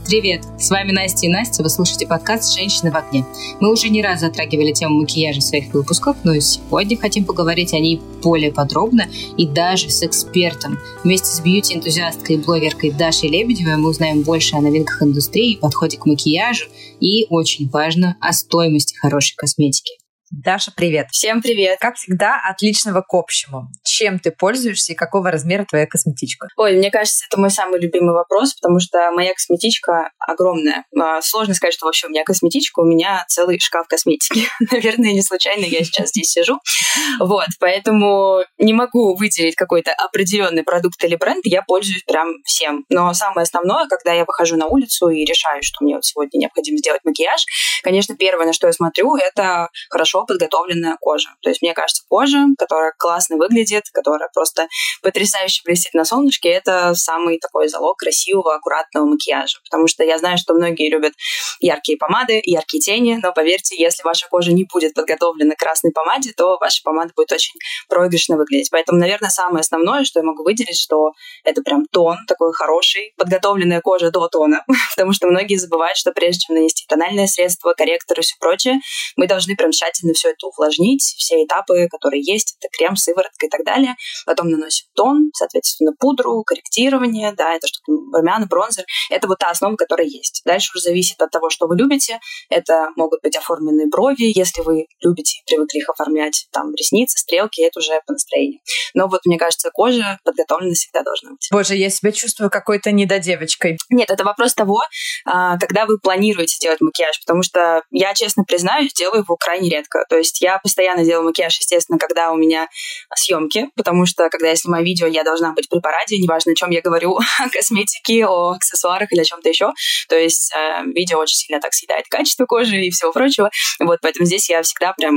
Привет, с вами Настя и Настя, вы слушаете подкаст «Женщины в огне». Мы уже не раз затрагивали тему макияжа в своих выпусках, но и сегодня хотим поговорить о ней более подробно и даже с экспертом. Вместе с бьюти-энтузиасткой и блогеркой Дашей Лебедевой мы узнаем больше о новинках индустрии, подходе к макияжу и, очень важно, о стоимости хорошей косметики. Даша, привет. Всем привет. Как всегда, отличного к общему. Чем ты пользуешься и какого размера твоя косметичка? Ой, мне кажется, это мой самый любимый вопрос, потому что моя косметичка огромная. Сложно сказать, что вообще у меня косметичка, у меня целый шкаф косметики. Наверное, не случайно я сейчас здесь сижу. Вот, поэтому не могу выделить какой-то определенный продукт или бренд, я пользуюсь прям всем. Но самое основное, когда я выхожу на улицу и решаю, что мне вот сегодня необходимо сделать макияж, конечно, первое, на что я смотрю, это хорошо подготовленная кожа. То есть, мне кажется, кожа, которая классно выглядит, которая просто потрясающе блестит на солнышке, это самый такой залог красивого, аккуратного макияжа. Потому что я знаю, что многие любят яркие помады, яркие тени, но поверьте, если ваша кожа не будет подготовлена к красной помаде, то ваша помада будет очень проигрышно выглядеть. Поэтому, наверное, самое основное, что я могу выделить, что это прям тон такой хороший, подготовленная кожа до тона. Потому что многие забывают, что прежде чем нанести тональное средство, корректор и все прочее, мы должны прям тщательно все это увлажнить, все этапы, которые есть, это крем, сыворотка и так далее. Потом наносим тон, соответственно, пудру, корректирование, да, это что-то румяна, бронзер. Это вот та основа, которая есть. Дальше уже зависит от того, что вы любите. Это могут быть оформленные брови, если вы любите и привыкли их оформлять, там, ресницы, стрелки, это уже по настроению. Но вот, мне кажется, кожа подготовлена всегда должна быть. Боже, я себя чувствую какой-то недодевочкой. Нет, это вопрос того, когда вы планируете делать макияж, потому что я, честно признаюсь, делаю его крайне редко. То есть я постоянно делаю макияж, естественно, когда у меня съемки, потому что, когда я снимаю видео, я должна быть при параде, неважно, о чем я говорю, о косметике, о аксессуарах или о чем-то еще. То есть видео очень сильно так съедает качество кожи и всего прочего. Вот, поэтому здесь я всегда прям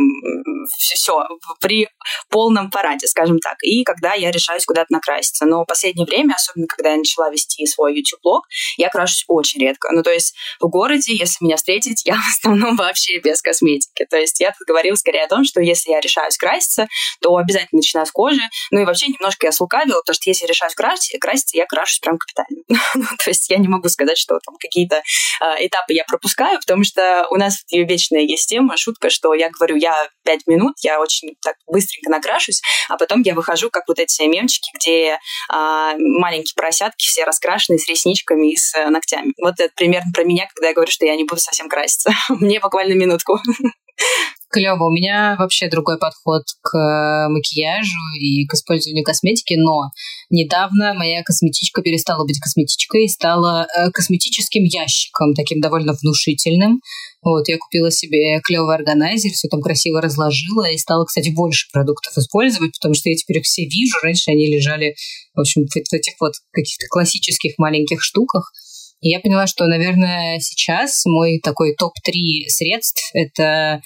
все при полном параде, скажем так. И когда я решаюсь куда-то накраситься. Но в последнее время, особенно когда я начала вести свой YouTube-блог, я крашусь очень редко. Ну, то есть в городе, если меня встретить, я в основном вообще без косметики. То есть я тут говорила скорее о том, что если я решаюсь краситься, то обязательно начинаю с кожи. Ну и вообще немножко я слукавила, потому что если я решаюсь краситься, я крашусь прям капитально. То есть я не могу сказать, что там какие-то этапы я пропускаю, потому что у нас вечная есть тема, шутка, что я говорю, я 5 минут, я очень так быстренько накрашусь, а потом я выхожу, как вот эти мемчики, где маленькие поросятки все раскрашены с ресничками и с ногтями. Вот это примерно про меня, когда я говорю, что я не буду совсем краситься. Мне буквально минутку. Клево. У меня вообще другой подход к макияжу и к использованию косметики, но недавно моя косметичка перестала быть косметичкой и стала косметическим ящиком, таким довольно внушительным. Вот, я купила себе клевый органайзер, все там красиво разложила и стала, кстати, больше продуктов использовать, потому что я теперь их все вижу. Раньше они лежали, в общем, в этих вот каких-то классических маленьких штуках. И я поняла, что, наверное, сейчас мой такой топ-3 средств — это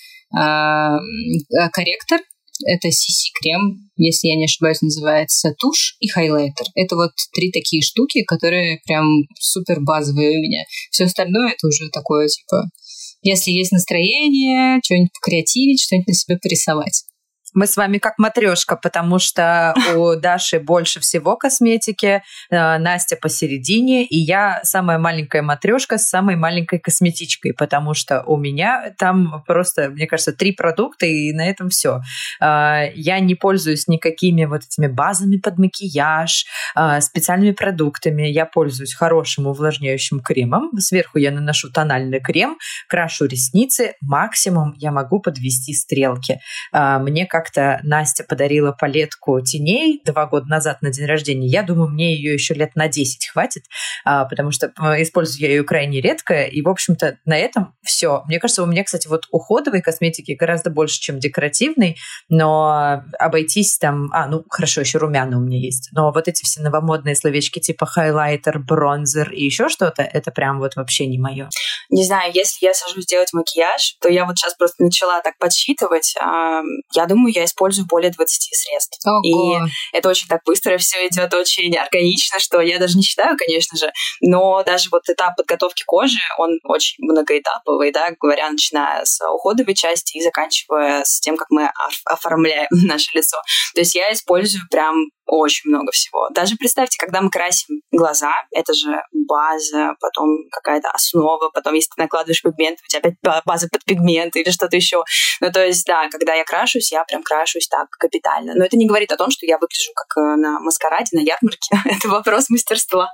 корректор, это CC-крем, если я не ошибаюсь, называется, тушь и хайлайтер. Это вот 3 такие штуки, которые прям супер базовые у меня. Все остальное это уже такое, типа, если есть настроение, что-нибудь покреативить, что-нибудь на себе порисовать. Мы с вами как матрешка, потому что у Даши больше всего косметики, Настя посередине, и я самая маленькая матрешка с самой маленькой косметичкой, потому что у меня там просто, мне кажется, 3 продукта, и на этом все. Я не пользуюсь никакими вот этими базами под макияж, специальными продуктами. Я пользуюсь хорошим увлажняющим кремом. Сверху я наношу тональный крем, крашу ресницы. Максимум я могу подвести стрелки. Мне как-то Настя подарила палетку теней 2 года назад на день рождения. Я думаю, мне ее еще лет на 10 хватит, потому что использую я ее крайне редко. И, в общем-то, на этом все. Мне кажется, у меня, кстати, вот уходовой косметики гораздо больше, чем декоративной, но обойтись там... хорошо, еще румяна у меня есть. Но вот эти все новомодные словечки типа хайлайтер, бронзер и еще что-то, это прям вот вообще не мое. Не знаю, если я сажусь делать макияж, то я вот сейчас просто начала так подсчитывать. Я думаю, я использую более 20 средств. Ого. И это очень так быстро все идет, очень органично, что я даже не считаю, конечно же, но даже вот этап подготовки кожи, он очень многоэтаповый, да, говоря, начиная с уходовой части и заканчивая с тем, как мы оформляем наше лицо. То есть я использую прям Очень много всего. Даже представьте, когда мы красим глаза, это же база, потом какая-то основа, потом если ты накладываешь пигмент, у тебя опять база под пигмент или что-то еще. Ну, то есть, да, когда я крашусь, я прям крашусь так капитально. Но это не говорит о том, что я выгляжу как на маскараде, на ярмарке. Это вопрос мастерства.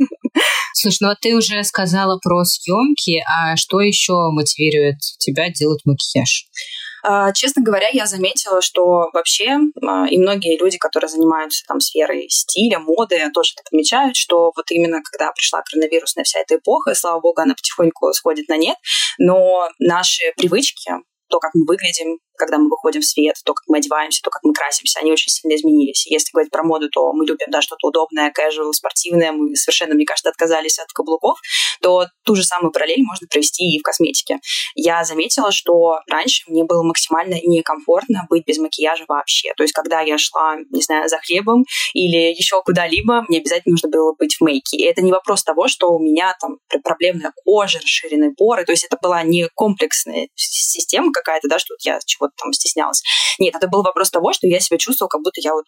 Слушай, ну вот ты уже сказала про съемки, а что еще мотивирует тебя делать макияж? Честно говоря, я заметила, что вообще и многие люди, которые занимаются там сферой стиля, моды, тоже это подмечают, что вот именно когда пришла коронавирусная вся эта эпоха, слава богу, она потихоньку сходит на нет, но наши привычки, то, как мы выглядим, когда мы выходим в свет, то, как мы одеваемся, то, как мы красимся, они очень сильно изменились. Если говорить про моду, то мы любим, да, что-то удобное, casual, спортивное, мы совершенно, мне кажется, отказались от каблуков, то ту же самую параллель можно провести и в косметике. Я заметила, что раньше мне было максимально некомфортно быть без макияжа вообще. То есть, когда я шла, не знаю, за хлебом или еще куда-либо, мне обязательно нужно было быть в мейке. И это не вопрос того, что у меня там проблемная кожа, расширенные поры, то есть это была не комплексная система какая-то, да, что вот я чего-то там стеснялась. Нет, это был вопрос того, что я себя чувствовала, как будто я вот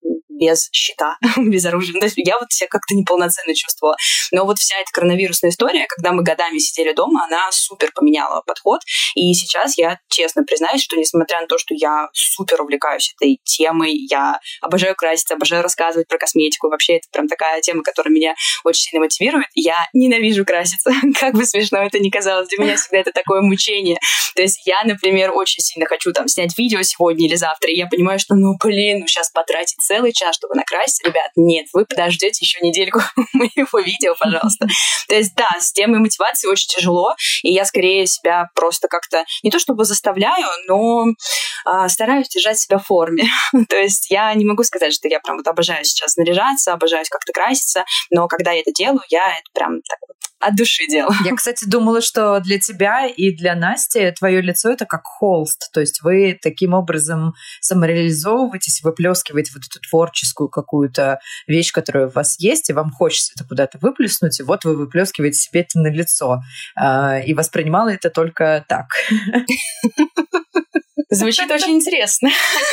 без щита, без оружия. То есть я вот себя как-то неполноценно чувствовала. Но вот вся эта коронавирусная история, когда мы годами сидели дома, она супер поменяла подход. И сейчас я честно признаюсь, что несмотря на то, что я супер увлекаюсь этой темой, я обожаю краситься, обожаю рассказывать про косметику. Вообще это прям такая тема, которая меня очень сильно мотивирует. Я ненавижу краситься. Как бы смешно это ни казалось, для меня всегда это такое мучение. То есть я, например, очень сильно хочу там снять видео сегодня или завтра, и я понимаю, что, сейчас потратить целый час, чтобы накраситься, ребят, нет, вы подождете еще недельку моего видео, пожалуйста. То есть, да, с темой мотивации очень тяжело, и я скорее себя просто как-то, не то чтобы заставляю, но стараюсь держать себя в форме. То есть я не могу сказать, что я прям вот обожаю сейчас наряжаться, обожаю как-то краситься, но когда я это делаю, я это прям так вот от души делаю. Я, кстати, думала, что для тебя и для Насти твое лицо — это как холст. То есть вы таким образом самореализовываетесь, выплескиваете вот эту творческую какую-то вещь, которая у вас есть, и вам хочется это куда-то выплеснуть, и вот вы выплескиваете себе это на лицо. И воспринимала это только так. Звучит очень интересно.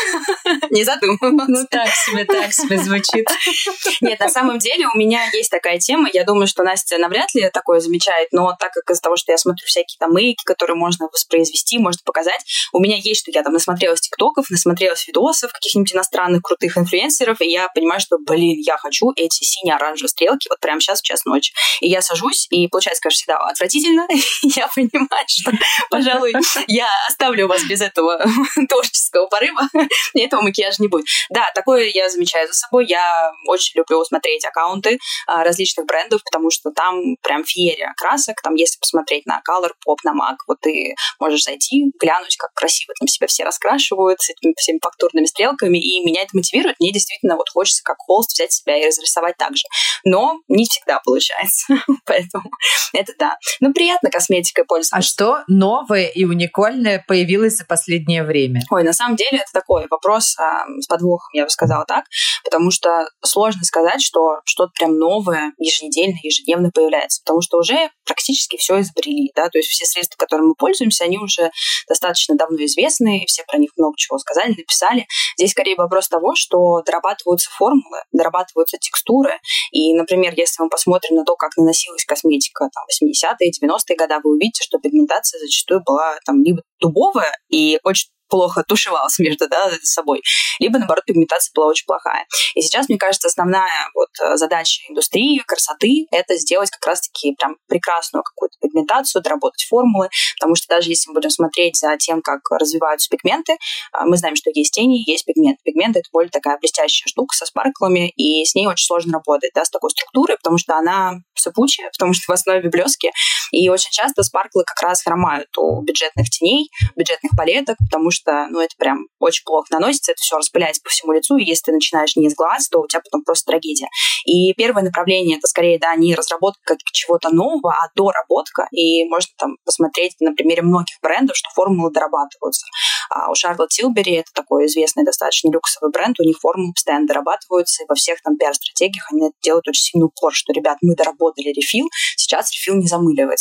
Не задумывалась. Ну, так себе звучит. Нет, на самом деле у меня есть такая тема. Я думаю, что Настя навряд ли такое замечает, но так как из-за того, что я смотрю всякие там мейки, которые можно воспроизвести, можно показать, у меня есть, что я там насмотрелась тиктоков, насмотрелась видосов каких-нибудь иностранных крутых инфлюенсеров, и я понимаю, что, я хочу эти сине-оранжевые стрелки вот прямо сейчас в час ночи. И я сажусь, и получается, конечно, всегда отвратительно. Я понимаю, что, пожалуй, я оставлю вас без этого творческого порыва, и этого макияжа не будет. Да, такое я замечаю за собой. Я очень люблю смотреть аккаунты различных брендов, потому что там прям феерия красок. Там, если посмотреть на Colourpop, на MAC, вот ты можешь зайти, глянуть, как красиво там себя все раскрашивают с этими всеми фактурными стрелками, и меня это мотивирует. Мне действительно вот хочется как холст взять себя и разрисовать так же. Но не всегда получается. Поэтому это да. Но приятно косметикой пользоваться. А что новое и уникальное появилось за последнее время? Ой, на самом деле это такой вопрос с подвохом, я бы сказала так, потому что сложно сказать, что что-то прям новое еженедельно, ежедневно появляется, потому что уже практически все изобрели, да, то есть все средства, которыми мы пользуемся, они уже достаточно давно известны, и все про них много чего сказали, написали. Здесь скорее вопрос того, что дорабатываются формулы, дорабатываются текстуры, и, например, если мы посмотрим на то, как наносилась косметика там 80-е, 90-е годы, вы увидите, что пигментация зачастую была там либо дубовая и очень плохо тушевалась между собой, либо, наоборот, пигментация была очень плохая. И сейчас, мне кажется, основная вот задача индустрии красоты — это сделать как раз-таки прям прекрасную какую-то пигментацию, доработать формулы, потому что даже если мы будем смотреть за тем, как развиваются пигменты, мы знаем, что есть тени, есть пигмент. Пигмент — это более такая блестящая штука со спарклами, и с ней очень сложно работать, да, с такой структурой, потому что она сыпучая, потому что в основе блески, и очень часто спарклы как раз хромают у бюджетных теней, бюджетных палеток, потому что это прям очень плохо наносится, это все распыляется по всему лицу, и если ты начинаешь не из глаз, то у тебя потом просто трагедия. И первое направление — это скорее, да, не разработка чего-то нового, а доработка, и можно там посмотреть на примере многих брендов, что формулы дорабатываются. А у Charlotte Tilbury, это такой известный достаточно люксовый бренд, у них формулы постоянно дорабатываются, и во всех там пиар-стратегиях они это делают очень сильный упор, что, ребят, мы доработали рефил, сейчас рефил не замыливается.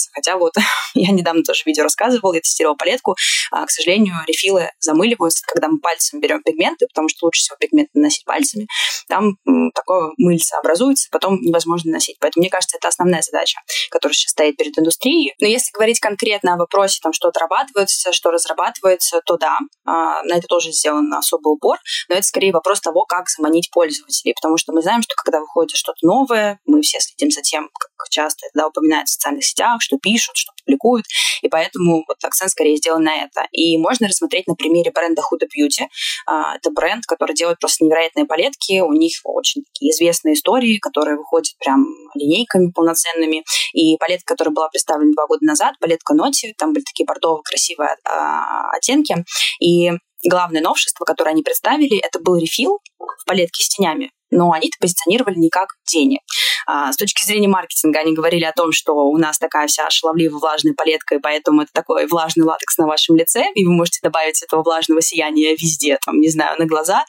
замыливается. Хотя вот я недавно тоже в видео рассказывала, я тестировала палетку, к сожалению, рефилы замыливаются, когда мы пальцем берем пигменты, потому что лучше всего пигменты наносить пальцами. Там такое мыльце образуется, потом невозможно наносить. Поэтому, мне кажется, это основная задача, которая сейчас стоит перед индустрией. Но если говорить конкретно о вопросе, там, что отрабатывается, что разрабатывается, то да, на это тоже сделан особый упор, но это скорее вопрос того, как заманить пользователей, потому что мы знаем, что когда выходит что-то новое, мы все следим за тем, как часто это упоминают в социальных сетях, что пишут, что публикуют, и поэтому вот акцент скорее сделан на это. И можно рассмотреть на примере бренда Huda Beauty. Это бренд, который делает просто невероятные палетки, у них очень такие известные истории, которые выходят прям линейками полноценными, и палетка, которая была представлена 2 года назад, палетка Notti, там были такие бордовые красивые оттенки, и главное новшество, которое они представили, это был рефил в палетке с тенями, но они это позиционировали не как тени. С точки зрения маркетинга они говорили о том, что у нас такая вся шаловливая влажная палетка, и поэтому это такой влажный латекс на вашем лице, и вы можете добавить этого влажного сияния везде, там, не знаю, на глаза,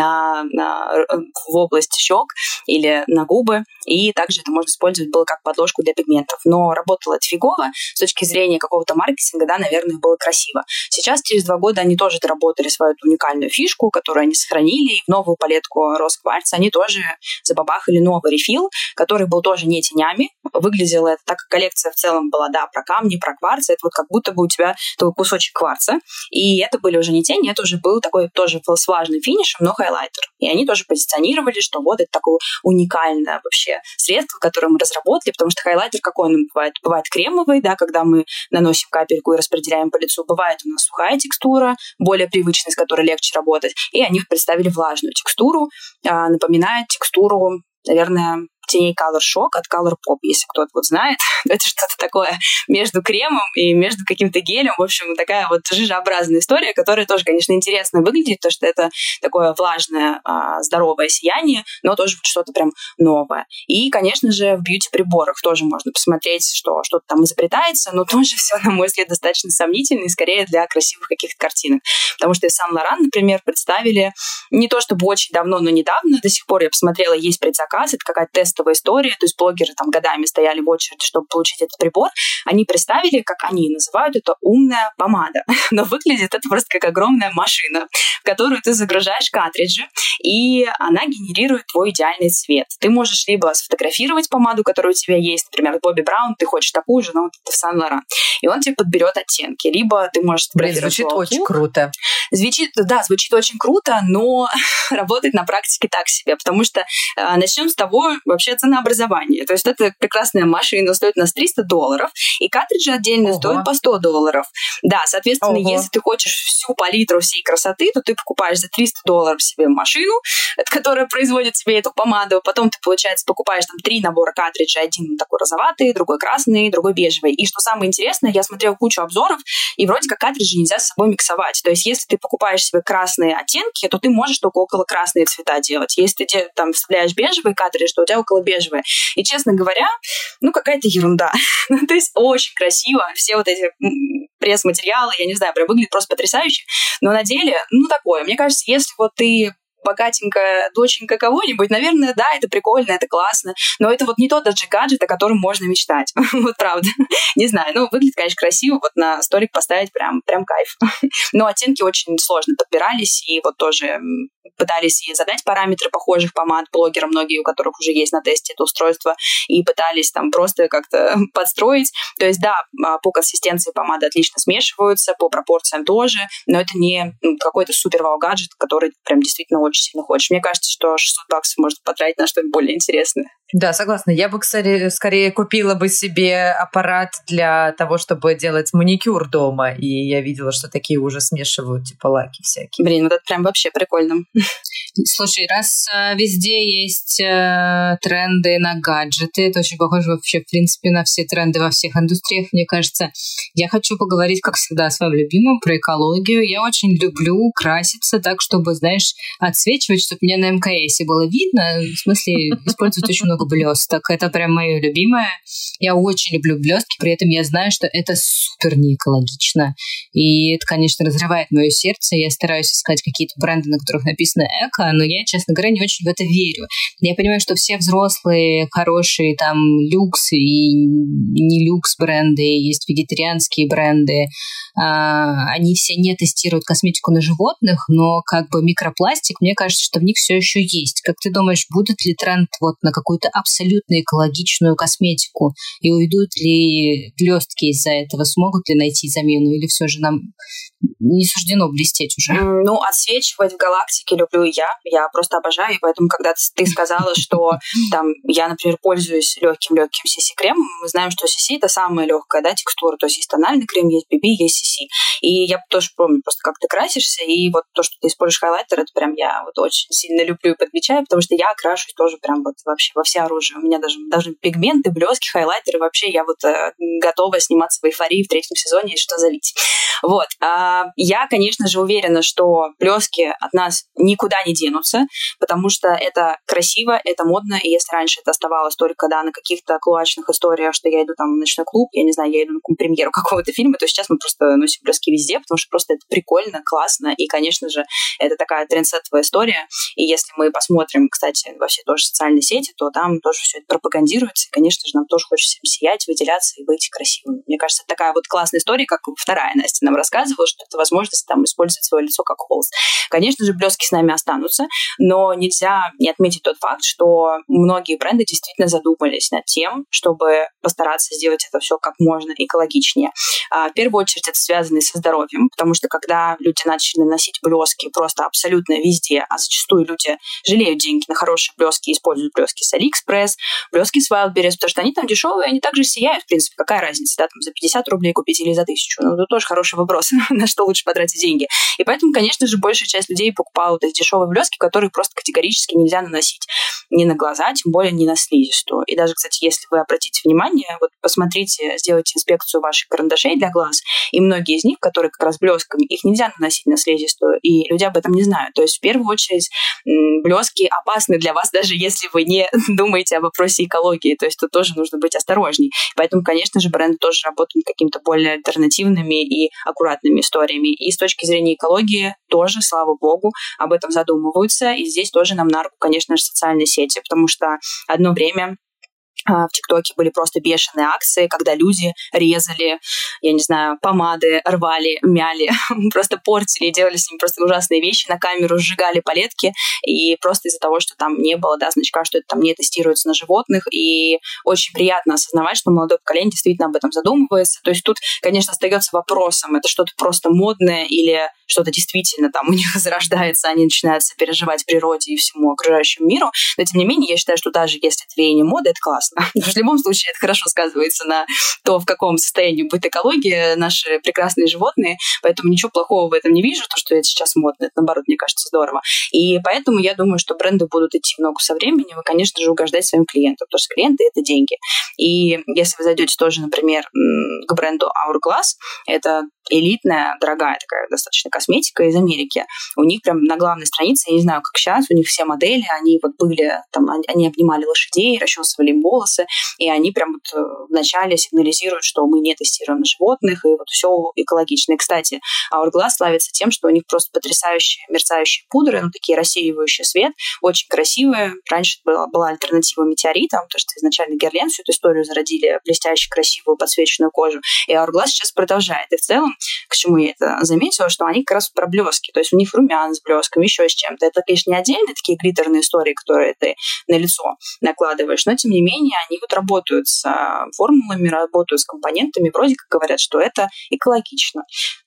в область щек или на губы, и также это можно использовать было как подложку для пигментов. Но работало это фигово. С точки зрения какого-то маркетинга, да, наверное, было красиво. Сейчас, через 2 года, они тоже доработали свою уникальную фишку, которую они сохранили, и в новую палетку Rose Quartz они тоже забабахали новый рефил, который был тоже не тенями. Выглядело это, так как коллекция в целом была, да, про камни, про кварц, это вот как будто бы у тебя такой кусочек кварца. И это были уже не тени, это уже был такой тоже с влажным финишем, но хайлайтер. И они тоже позиционировали, что вот это такое уникальное вообще средство, которое мы разработали, потому что хайлайтер какой он бывает? Бывает кремовый, да, когда мы наносим капельку и распределяем по лицу. Бывает у нас сухая текстура, более привычная, с которой легче работать. И они представили влажную текстуру, напоминает текстуру, наверное, теней Color Shock от Color Pop, если кто-то вот знает. Это что-то такое между кремом и между каким-то гелем. В общем, такая вот жижеобразная история, которая тоже, конечно, интересно выглядит, потому что это такое влажное, здоровое сияние, но тоже что-то прям новое. И, конечно же, в бьюти-приборах тоже можно посмотреть, что что-то там изобретается, но тоже все, на мой взгляд, достаточно сомнительно и скорее для красивых каких-то картинок. Потому что и Saint-Laurent, например, представили не то чтобы очень давно, но недавно, до сих пор я посмотрела, есть предзаказ, это какая-то тестовая история, то есть блогеры там годами стояли в очереди, чтобы получить этот прибор. Они представили, как они называют это, умная помада. Но выглядит это просто как огромная машина, в которую ты загружаешь картриджи, и она генерирует твой идеальный цвет. Ты можешь либо сфотографировать помаду, которая у тебя есть, например, Бобби Браун, ты хочешь такую же, но вот это в Saint-Laurent, и он тебе подберет оттенки. Либо ты можешь... Звучит очень круто. Звучит очень круто, но работает на практике так себе, потому что начнем с того, вообще ценообразование. То есть это прекрасная машина, стоит у нас $300, и картриджи отдельно стоят по $100. Да, соответственно, если ты хочешь всю палитру всей красоты, то ты покупаешь за $300 себе машину, которая производит тебе эту помаду, потом ты, получается, покупаешь там 3 набора картриджей, один такой розоватый, другой красный, другой бежевый. И что самое интересное, я смотрела кучу обзоров, и вроде как картриджи нельзя с собой миксовать. То есть если ты покупаешь себе красные оттенки, то ты можешь только около красные цвета делать. Если ты там вставляешь бежевый картридж, то у тебя около бежевые. И, честно говоря, какая-то ерунда. То есть очень красиво. Все вот эти пресс-материалы, я не знаю, прям выглядит просто потрясающе. Но на деле, такое. Мне кажется, если вот ты богатенькая доченька кого-нибудь, наверное, да, это прикольно, это классно, но это вот не тот даже гаджет, о котором можно мечтать. Вот правда. Не знаю, выглядит, конечно, красиво, вот на столик поставить прям кайф. Но оттенки очень сложно подбирались, и вот тоже пытались и задать параметры похожих помад блогерам, многие у которых уже есть на тесте это устройство, и пытались там просто как-то подстроить. То есть, да, по консистенции помады отлично смешиваются, по пропорциям тоже, но это не какой-то супер-вау-гаджет, который прям действительно очень сильно хочешь. Мне кажется, что $600 можно потратить на что-то более интересное. Да, согласна. Я бы, кстати, скорее купила бы себе аппарат для того, чтобы делать маникюр дома. И я видела, что такие уже смешивают, типа лаки всякие. Блин, вот это прям вообще прикольно. Слушай, раз везде есть тренды на гаджеты, это очень похоже вообще, в принципе, на все тренды во всех индустриях, мне кажется. Я хочу поговорить, как всегда, о своем любимом, про экологию. Я очень люблю краситься так, чтобы, знаешь, от подсвечивать, чтобы меня на МКСе было видно. В смысле, использовать очень много блесток. Это прям мое любимое. Я очень люблю блестки, при этом я знаю, что это супер неэкологично. И это, конечно, разрывает мое сердце. Я стараюсь искать какие-то бренды, на которых написано эко, но я, честно говоря, не очень в это верю. Я понимаю, что все взрослые, хорошие, там, люкс и не люкс бренды, есть вегетарианские бренды, они все не тестируют косметику на животных, но как бы микропластик, мне кажется, что в них все еще есть. Как ты думаешь, будет ли тренд вот на какую-то абсолютно экологичную косметику? И уйдут ли блестки из-за этого? Смогут ли найти замену? Или все же нам не суждено блестеть уже? Ну, отсвечивать в галактике люблю и я. Я просто обожаю. И поэтому, когда ты сказала, что там я, например, пользуюсь легким-легким CC-кремом, мы знаем, что CC — это самая легкая, да, текстура. То есть есть тональный крем, есть BB, есть CC. И я тоже помню просто, как ты красишься, и вот то, что ты используешь хайлайтер, это прям я вот очень сильно люблю и подмечаю, потому что я крашусь тоже прям вот вообще во все оружие. У меня даже пигменты, блески, хайлайтеры, вообще я вот готова сниматься в эйфории в 3-м сезоне и что залить. Вот. Я, конечно же, уверена, что блески от нас никуда не денутся, потому что это красиво, это модно, и если раньше это оставалось только, да, на каких-то клуачных историях, что я иду там в ночной клуб, я не знаю, я иду на премьеру какого-то фильма, то сейчас мы просто носим блески везде, потому что просто это прикольно, классно, и, конечно же, это такая трендсеттовая история, и если мы посмотрим, кстати, во все тоже социальные сети, то там тоже все это пропагандируется, и, конечно же, нам тоже хочется сиять, выделяться и быть красивыми. Мне кажется, это такая вот классная история, как вторая Настя нам рассказывала, что это возможность там использовать свое лицо как холст. Конечно же, блески с нами останутся, но нельзя не отметить тот факт, что многие бренды действительно задумались над тем, чтобы постараться сделать это все как можно экологичнее. В первую очередь это связано и со здоровьем, потому что когда люди начали наносить блески просто абсолютно везде, а зачастую люди жалеют деньги на хорошие блески и используют блески с AliExpress, блески с Wildberries, потому что они там дешевые, они также сияют, в принципе, какая разница, да, там за 50 рублей купить или за 1000, ну, это тоже хороший вопрос, на что лучше потратить деньги. И поэтому, конечно же, большая часть людей покупала вот эти дешевые блески, которые просто категорически нельзя наносить ни на глаза, тем более не на слизистую. И даже, кстати, если вы обратите внимание, вот посмотрите, сделайте инспекцию ваших карандашей для глаз, и многие из них, которые как раз блесками, их нельзя наносить на слизистую, и люди об этом не знают. То есть, в первую очередь, блески опасны для вас, даже если вы не думаете о вопросе экологии. То есть, тут тоже нужно быть осторожней. Поэтому, конечно же, бренды тоже работают над какими-то более альтернативными и аккуратными историями. И с точки зрения экологии тоже, слава богу, об этом задумываются. И здесь тоже нам на руку, конечно же, социальные сети, потому что одно время в ТикТоке были просто бешеные акции, когда люди резали, я не знаю, помады, рвали, мяли, просто портили, делали с ними просто ужасные вещи, на камеру сжигали палетки, и просто из-за того, что там не было, да, значка, что это там не тестируется на животных, и очень приятно осознавать, что молодое поколение действительно об этом задумывается. То есть тут, конечно, остается вопросом, это что-то просто модное или что-то действительно там у них зарождается, они начинают сопереживать природе и всему окружающему миру. Но, тем не менее, я считаю, что даже если это веяние моды, это классно. В любом случае, это хорошо сказывается на то, в каком состоянии будет экология, наши прекрасные животные. Поэтому ничего плохого в этом не вижу, то, что это сейчас модно. Это, наоборот, мне кажется, здорово. И поэтому я думаю, что бренды будут идти в ногу со временем и, конечно же, угождать своим клиентам, потому что клиенты — это деньги. И если вы зайдете тоже, например, к бренду Hourglass, это элитная, дорогая такая достаточно косметика из Америки. У них прям на главной странице, я не знаю, как сейчас, у них все модели, они вот были, там, они обнимали лошадей, расчесывали им волосы, и они прям вот вначале сигнализируют, что мы не тестируем на животных, и вот все экологично. И, кстати, Hourglass славится тем, что у них просто потрясающие мерцающие пудры, ну, такие рассеивающие свет, очень красивые. Раньше была альтернатива метеоритам, потому что изначально Guerlain всю эту историю зародили, блестящую, красивую, подсвеченную кожу. И Hourglass сейчас продолжает. И в целом, к чему я это заметила, что они как раз про блески, то есть у них румян с блесками, еще с чем-то. Это, конечно, не отдельные такие глиттерные истории, которые ты на лицо накладываешь, но, тем не менее, они вот работают с формулами, работают с компонентами, вроде как говорят, что это экологично.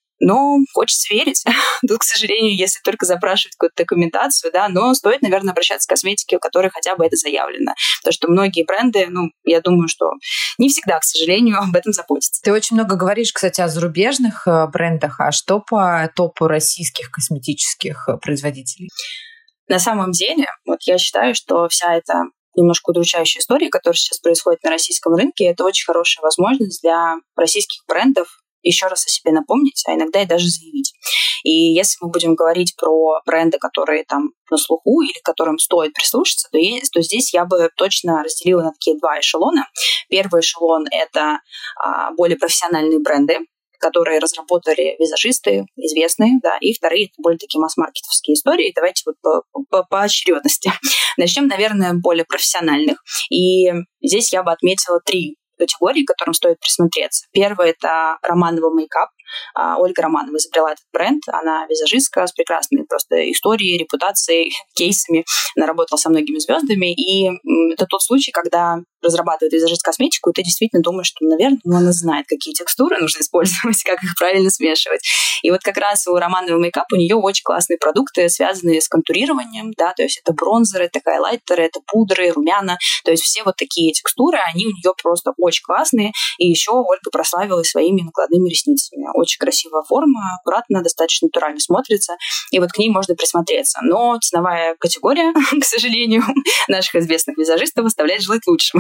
Но хочется верить. Тут, к сожалению, если только запрашивать какую-то документацию, да, но стоит, наверное, обращаться к косметике, у которой хотя бы это заявлено. Потому что многие бренды, ну, я думаю, что не всегда, к сожалению, об этом заботятся. Ты очень много говоришь, кстати, о зарубежных брендах, а что по топу российских косметических производителей? На самом деле, вот я считаю, что вся эта немножко удручающая история, которая сейчас происходит на российском рынке, это очень хорошая возможность для российских брендов еще раз о себе напомнить, а иногда и даже заявить. И если мы будем говорить про бренды, которые там на слуху или к которым стоит прислушаться, то здесь я бы точно разделила на такие два эшелона. Первый эшелон — это более профессиональные бренды, которые разработали визажисты, известные, да, и вторые — это более такие масс-маркетовские истории. Давайте вот по очередности. Начнем, наверное, более профессиональных. И здесь я бы отметила 3 категории, к которым стоит присмотреться. Первое — это Романова мейкап. Ольга Романова изобрела этот бренд. Она визажистка с прекрасной просто историей, репутацией, кейсами. Она работала со многими звездами. И это тот случай, когда разрабатывает визажист косметику, и ты действительно думаешь, что, наверное, она знает, какие текстуры нужно использовать, как их правильно смешивать. И вот как раз у Романовой мейкап у нее очень классные продукты, связанные с контурированием, да, то есть это бронзеры, это хайлайтеры, это пудры, румяна, то есть все вот такие текстуры, они у нее просто очень классные. И еще Ольга прославилась своими накладными ресницами. Очень красивая форма, аккуратно, достаточно натурально смотрится, и вот к ней можно присмотреться. Но ценовая категория, к сожалению, наших известных визажистов оставляет желать лучшего.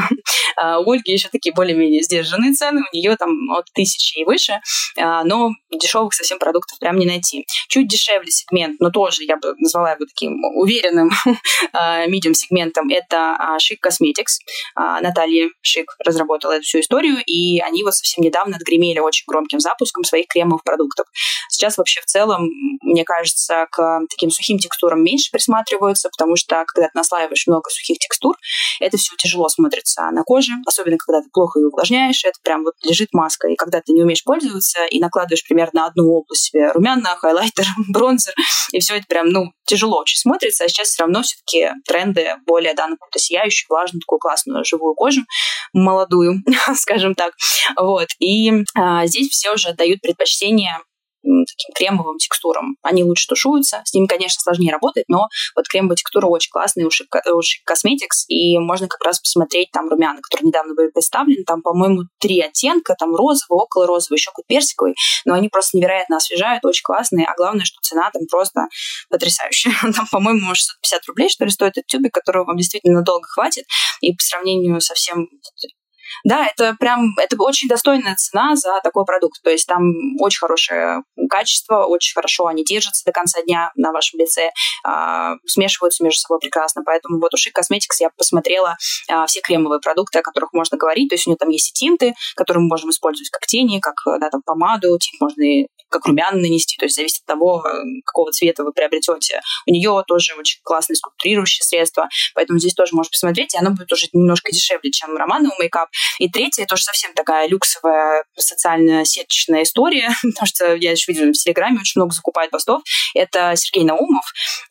У Ольги еще такие более-менее сдержанные цены, у нее там от 1000 и выше, но дешевых совсем продуктов прям не найти. Чуть дешевле сегмент, но тоже я бы назвала его таким уверенным медиум-сегментом, это Chic Cosmetics. Наталья Шик разработала эту всю историю, и они вот совсем недавно отгремели очень громким запуском своих кремовых продуктов. Сейчас вообще в целом, мне кажется, к таким сухим текстурам меньше присматриваются, потому что когда ты наслаиваешь много сухих текстур, это все тяжело смотрится на коже, особенно когда ты плохо ее увлажняешь, это прям вот лежит маска. И когда ты не умеешь пользоваться и накладываешь примерно на одну область себе румяна, хайлайтер, бронзер, и все это прям, тяжело очень смотрится, а сейчас все равно все-таки тренды более, на какую-то сияющую, влажную, такую классную живую кожу, молодую, скажем так. Вот. И здесь все уже отдают предпочтение таким кремовым текстурам. Они лучше тушуются, с ними, конечно, сложнее работать, но вот кремовая текстура очень классная у Chic Cosmetics, и можно как раз посмотреть там румяна, которые недавно были представлены, там, по-моему, 3 оттенка, там розовый, около розовый, еще какой-то персиковый, но они просто невероятно освежают, очень классные, а главное, что цена там просто потрясающая. Там, по-моему, 650 рублей, что ли, стоит этот тюбик, которого вам действительно надолго хватит, и по сравнению со всем... Да, это очень достойная цена за такой продукт. То есть там очень хорошее качество, очень хорошо они держатся до конца дня на вашем лице, смешиваются между собой прекрасно. Поэтому вот у Chic Cosmetics я посмотрела все кремовые продукты, о которых можно говорить. То есть у нее там есть и тинты, которые мы можем использовать как тени, как там помаду, тинт можно и как румяна нанести, то есть зависит от того, какого цвета вы приобретете. У нее тоже очень классные скульптурирующие средства, поэтому здесь тоже можно посмотреть, и оно будет уже немножко дешевле, чем Романова мейкап. И третье, тоже совсем такая люксовая социально-сеточная история, потому что я еще видела в Телеграме, очень много закупают постов, это Сергей Наумов.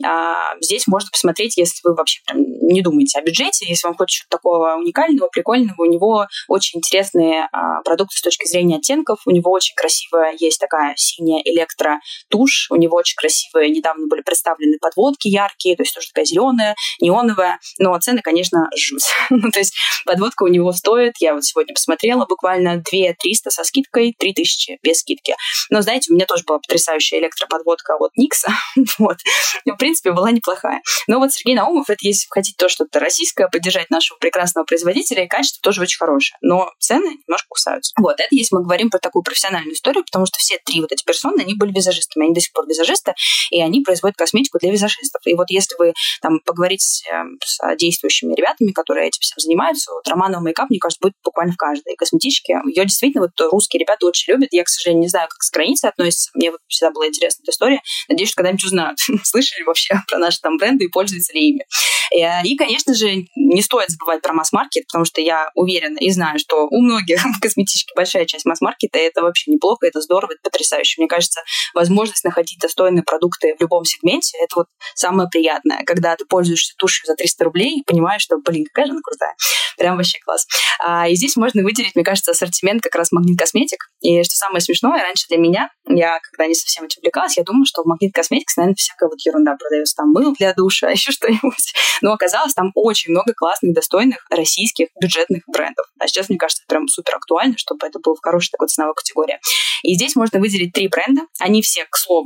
Здесь можно посмотреть, если вы вообще прям не думаете о бюджете, если вам хочется что-то такого уникального, прикольного, у него очень интересные продукты с точки зрения оттенков, у него очень красивая есть такая синяя электротушь, у него очень красивые, недавно были представлены подводки яркие, то есть тоже такая зеленая, неоновая, но цены, конечно, жуть. То есть подводка у него стоит, я вот сегодня посмотрела, буквально 2300 со скидкой, 3000 без скидки. Но, знаете, у меня тоже была потрясающая электроподводка от Никса, вот. В принципе, была неплохая. Но вот Сергей Наумов, это если вы хотите то что-то российское, поддержать нашего прекрасного производителя, и качество тоже очень хорошее. Но цены немножко кусаются. Вот, это если мы говорим про такую профессиональную историю, потому что все три вот эти персоны, они были визажистами, они до сих пор визажисты, и они производят косметику для визажистов. И вот если вы там поговорите с действующими ребятами, которые этим всем занимаются, вот Романова мейкап, мне кажется, будет буквально в каждой косметичке. Ее действительно вот русские ребята очень любят. Я, к сожалению, не знаю, как с границы относятся. Мне вот всегда была интересна эта история. Надеюсь, что когда-нибудь узнают, слышали вообще про наши там бренды и пользуются ли ими. И, конечно же, не стоит забывать про масс-маркет, потому что я уверена и знаю, что у многих в косметичке большая часть масс-маркета, и это вообще неплохо, это здорово, это потрясающе. Мне кажется, возможность находить достойные продукты в любом сегменте, это вот самое приятное, когда ты пользуешься тушью за 300 рублей и понимаешь, что, какая же она крутая. Прям вообще класс. И здесь можно выделить, мне кажется, ассортимент как раз Магнит Косметик. И что самое смешное, раньше для меня, я когда не совсем этим увлекалась, я думала, что в Магнит Косметикс, наверное, всякая вот ерунда продается. Там мыло для душа, еще что-нибудь. Но оказалось, там очень много классных, достойных российских бюджетных брендов. А сейчас, мне кажется, это прям супер актуально, чтобы это было в хорошей такой ценовой категории. И здесь можно выделить 3 бренда. Они все, к слову,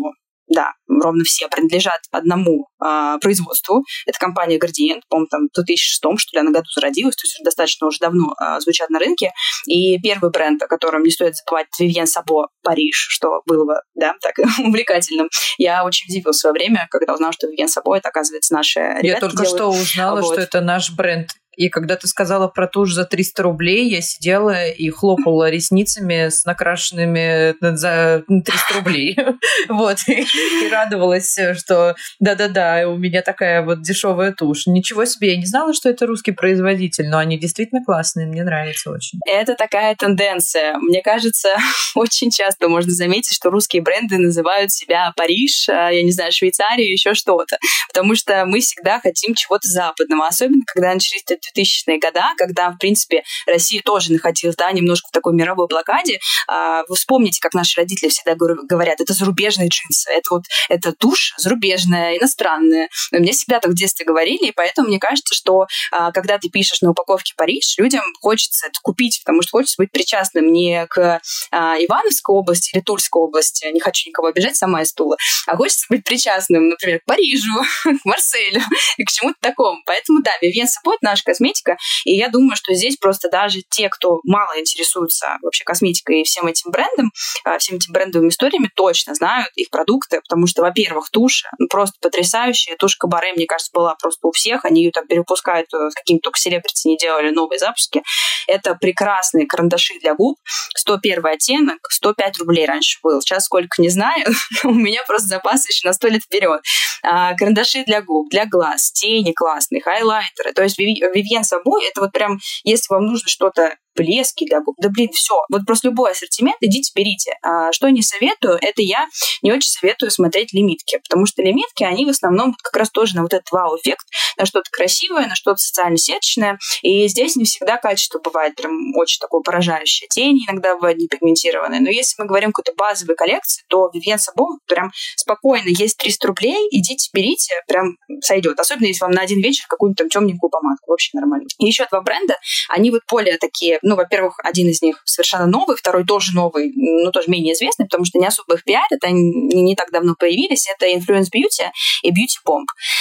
да, ровно все принадлежат одному производству. Это компания Gradient, по-моему, там в 2006, что ли, она году зародилась, то есть уже достаточно уже давно звучат на рынке. И первый бренд, о котором не стоит забывать, Vivienne Sabo Париж, что было бы, да, так увлекательным. Я очень удивилась в свое время, когда узнала, что Vivienne Sabo, это, оказывается, наши ребятки Я только делают. что узнала, что это наш бренд. И когда ты сказала про тушь за 300 рублей, я сидела и хлопала ресницами с накрашенными за 300 рублей. Вот. И радовалась, что да-да-да, у меня такая вот дешевая тушь. Ничего себе, я не знала, что это русский производитель, но они действительно классные, мне нравится очень. Это такая тенденция. Мне кажется, очень часто можно заметить, что русские бренды называют себя Париж, я не знаю, Швейцария, еще что-то. Потому что мы всегда хотим чего-то западного. Особенно, когда начались 2000-е годы, когда, в принципе, Россия тоже находилась, да, немножко в такой мировой блокаде. Вы вспомните, как наши родители всегда говорят, это зарубежные джинсы, это тушь зарубежная, иностранная. Мне всегда так в детстве говорили, и поэтому мне кажется, что когда ты пишешь на упаковке Париж, людям хочется это купить, потому что хочется быть причастным не к Ивановской области или Тульской области, не хочу никого обижать, сама из Тула, а хочется быть причастным, например, к Парижу, к Марселю и к чему-то такому. Поэтому, да, Vivienne Sabo — это наша косметика, и я думаю, что здесь просто даже те, кто мало интересуется вообще косметикой и всем этим брендом, всем этим брендовыми историями, точно знают их продукты, потому что, во-первых, тушь просто потрясающая. Тушь Кабаре, мне кажется, была просто у всех. Они ее там перепускают, с какими-то только селебрити не делали новые запуски. Это прекрасные карандаши для губ. 101 оттенок, 105 рублей раньше был. Сейчас сколько, не знаю. У меня просто запасы еще на 100 лет вперед. Карандаши для губ, для глаз, тени классные, хайлайтеры. То есть Vivienne Sabo — это вот прям, если вам нужно что-то, блески для губ, да блин, все. Вот просто любой ассортимент идите, берите. Что не советую, это я не очень советую смотреть лимитки, потому что лимитки, они в основном как раз тоже на вот этот вау-эффект, на что-то красивое, на что-то социально-сеточное, и здесь не всегда качество бывает прям очень такое поражающее. Тени иногда бывают непигментированные, но если мы говорим о какой-то базовой коллекции, то Vivienne Sabo прям спокойно, есть 300 рублей, идите, берите, прям сойдет. Особенно, если вам на один вечер какую-нибудь там темненькую помадку, вообще нормально. И еще два бренда, они вот более такие, ну, во-первых, один из них совершенно новый, второй тоже новый, но тоже менее известный, потому что не особо их пиарят, они не так давно появились. Это Influence Beauty и Beauty Bomb.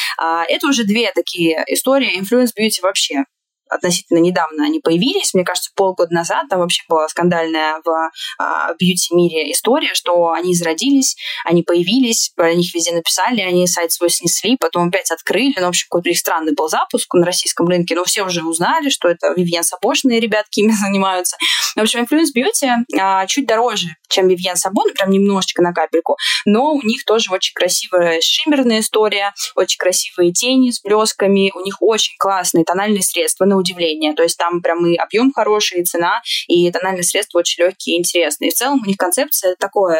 Это уже две такие истории. Influence Beauty вообще относительно недавно они появились. Мне кажется, полгода назад там вообще была скандальная в бьюти-мире история, что они зародились, они появились, про них везде написали, они сайт свой снесли, потом опять открыли. Ну, в общем, какой-то их странный был запуск на российском рынке, но все уже узнали, что это Vivienne Sabo-шные ребятки ими занимаются. В общем, Influence Beauty чуть дороже, чем Vivienne Sabo, ну, прям немножечко на капельку, но у них тоже очень красивая шиммерная история, очень красивые тени с блесками, у них очень классные тональные средства, на удивление. То есть там прям и объем хороший, и цена, и тональные средства очень легкие и интересные. И в целом у них концепция такое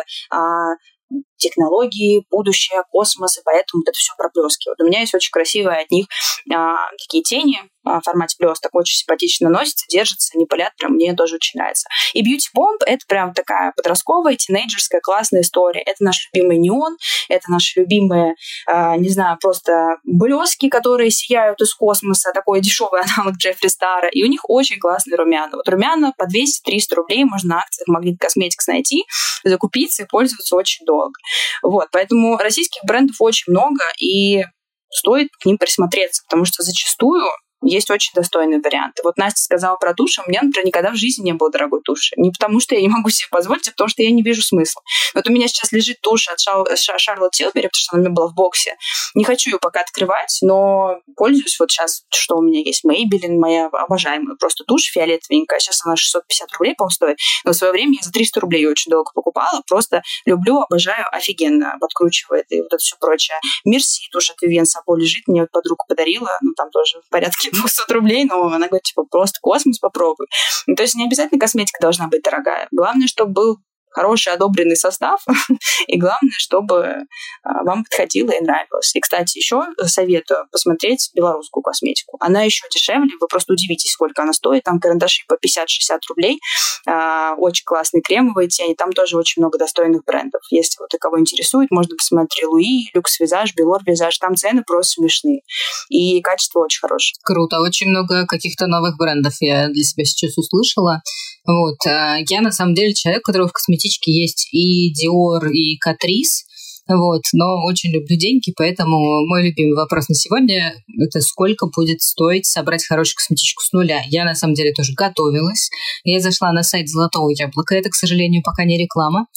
технологии, будущее, космос, и поэтому вот это все проблескивает. У меня есть очень красивые от них такие тени в формате блесток, очень симпатично носятся, держатся, не пылят, прям мне тоже очень нравится. И Beauty Bomb — это прям такая подростковая, тинейджерская, классная история. Это наш любимый неон, это наши любимые, не знаю, просто блески, которые сияют из космоса, такой дешевый аналог Джеффри Стара, и у них очень классные румяна. Вот румяна по 200-300 рублей можно на акциях Magnet Cosmetics найти, закупиться и пользоваться очень долго. Вот, поэтому российских брендов очень много, и стоит к ним присмотреться, потому что зачастую есть очень достойные варианты. Вот Настя сказала про тушь, у меня, например, никогда в жизни не было дорогой туши. Не потому, что я не могу себе позволить, а потому, что я не вижу смысла. Вот у меня сейчас лежит тушь от Charlotte Tilbury, потому что она у меня была в боксе. Не хочу ее пока открывать, но пользуюсь вот сейчас, что у меня есть. Maybelline, моя обожаемая просто тушь фиолетовенькая. Сейчас она 650 рублей, по-моему, стоит. Но в свое время я за 300 рублей ее очень долго покупала. Просто люблю, обожаю, офигенно подкручивает и вот это все прочее. Мерси тушь от Vivienne Sabo лежит, мне вот подруга подарила, ну там тоже в порядке 200 рублей, но она говорит, типа, просто космос попробуй. Ну, то есть не обязательно косметика должна быть дорогая. Главное, чтобы был хороший одобренный состав, и главное, чтобы вам подходило и нравилось. И, кстати, еще советую посмотреть белорусскую косметику. Она еще дешевле, вы просто удивитесь, сколько она стоит. Там карандаши по 50-60 рублей, очень классные кремовые тени, там тоже очень много достойных брендов. Если вот и кого интересует, можно посмотреть Луи, Люкс Визаж, Белор Визаж, там цены просто смешные. И качество очень хорошее. Круто, очень много каких-то новых брендов я для себя сейчас услышала. Вот. Я, на самом деле, человек, у которого в косметичке есть и Dior, и Catrice. Вот, но очень люблю деньги, поэтому мой любимый вопрос на сегодня – это сколько будет стоить собрать хорошую косметичку с нуля. Я, на самом деле, тоже готовилась. Я зашла на сайт «Золотого яблока», это, к сожалению, пока не реклама,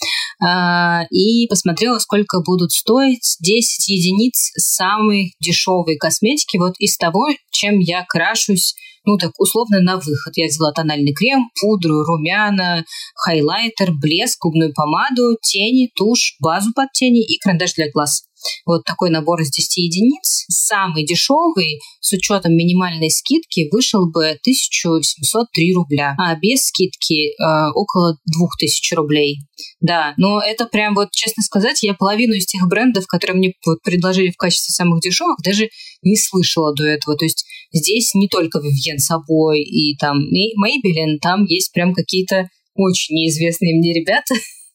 и посмотрела, сколько будут стоить 10 единиц самой дешевой косметики вот из того, чем я крашусь, ну так условно на выход. Я взяла тональный крем, пудру, румяна, хайлайтер, блеск, губную помаду, тени, тушь, базу под тени и карандаш для глаз. Вот такой набор из 10 единиц. Самый дешевый, с учетом минимальной скидки, вышел бы 1703 рубля, а без скидки около 2000 рублей. Да, но это прям вот, честно сказать, я половину из тех брендов, которые мне вот предложили в качестве самых дешевых, даже не слышала до этого. То есть здесь не только Vivienne Savoy и там Maybelline, там есть прям какие-то очень неизвестные мне ребята.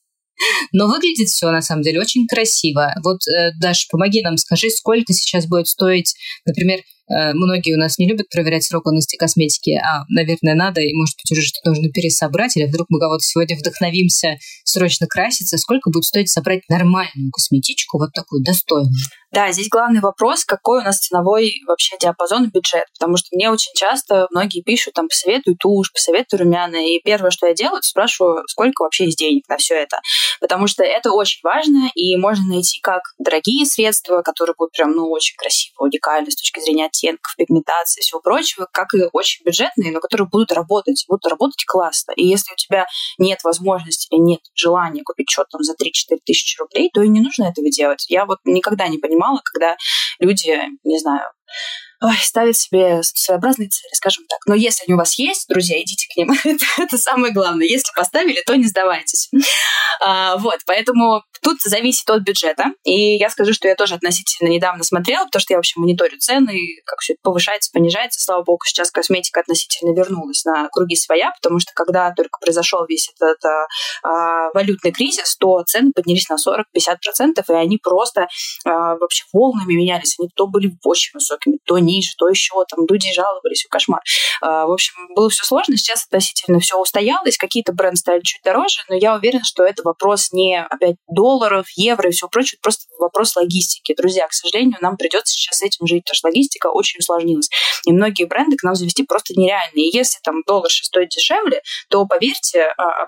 Но выглядит все, на самом деле, очень красиво. Вот, Даша, помоги нам, скажи, сколько сейчас будет стоить, например, многие у нас не любят проверять срок годности косметики, наверное, надо, и, может быть, уже что-то нужно пересобрать, или вдруг мы кого-то сегодня вдохновимся срочно краситься. Сколько будет стоить собрать нормальную косметичку, вот такую достойную? Да, здесь главный вопрос, какой у нас ценовой вообще диапазон и бюджет, потому что мне очень часто многие пишут, там, посоветуй тушь, посоветуй румяна, и первое, что я делаю, спрашиваю, сколько вообще есть денег на все это, потому что это очень важно, и можно найти как дорогие средства, которые будут прям, очень красиво, уникальны с точки зрения оттенков, пигментации и всего прочего, как и очень бюджетные, но которые будут работать классно. И если у тебя нет возможности или нет желания купить что-то там за 3-4 тысячи рублей, то и не нужно этого делать. Я вот никогда не понимала, когда люди, не знаю, ставят себе своеобразные цели, скажем так. Но если они у вас есть, друзья, идите к ним. Это самое главное. Если поставили, то не сдавайтесь. Вот, поэтому тут зависит от бюджета. И я скажу, что я тоже относительно недавно смотрела, потому что я вообще мониторю цены, как все это повышается, понижается. Слава богу, сейчас косметика относительно вернулась на круги своя, потому что когда только произошел весь этот валютный кризис, то цены поднялись на 40-50%, и они просто вообще волнами менялись. Они то были очень высокими, то ниже, то еще, там люди жаловались, кошмар. В общем, было все сложно, сейчас относительно все устоялось, какие-то бренды стали чуть дороже, но я уверена, что это вопрос не опять долларов, евро и все прочее, это просто вопрос логистики. Друзья, к сожалению, нам придется сейчас с этим жить, потому что логистика очень усложнилась. И многие бренды к нам завести просто нереально. И если там доллар стоит дешевле, то, поверьте,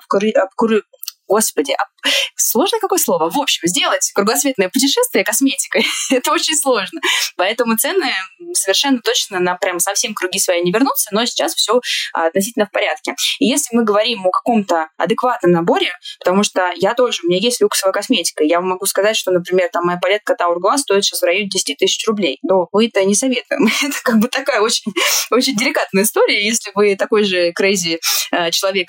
Господи, сложное какое слово? В общем, сделать кругосветное путешествие косметикой – это очень сложно. Поэтому цены совершенно точно на прям совсем круги свои не вернутся, но сейчас все относительно в порядке. И если мы говорим о каком-то адекватном наборе, потому что у меня есть люксовая косметика, я могу сказать, что, например, там моя палетка Hourglass стоит сейчас в районе 10 тысяч рублей, но мы это не советуем. Это как бы такая очень, очень деликатная история. Если вы такой же crazy человек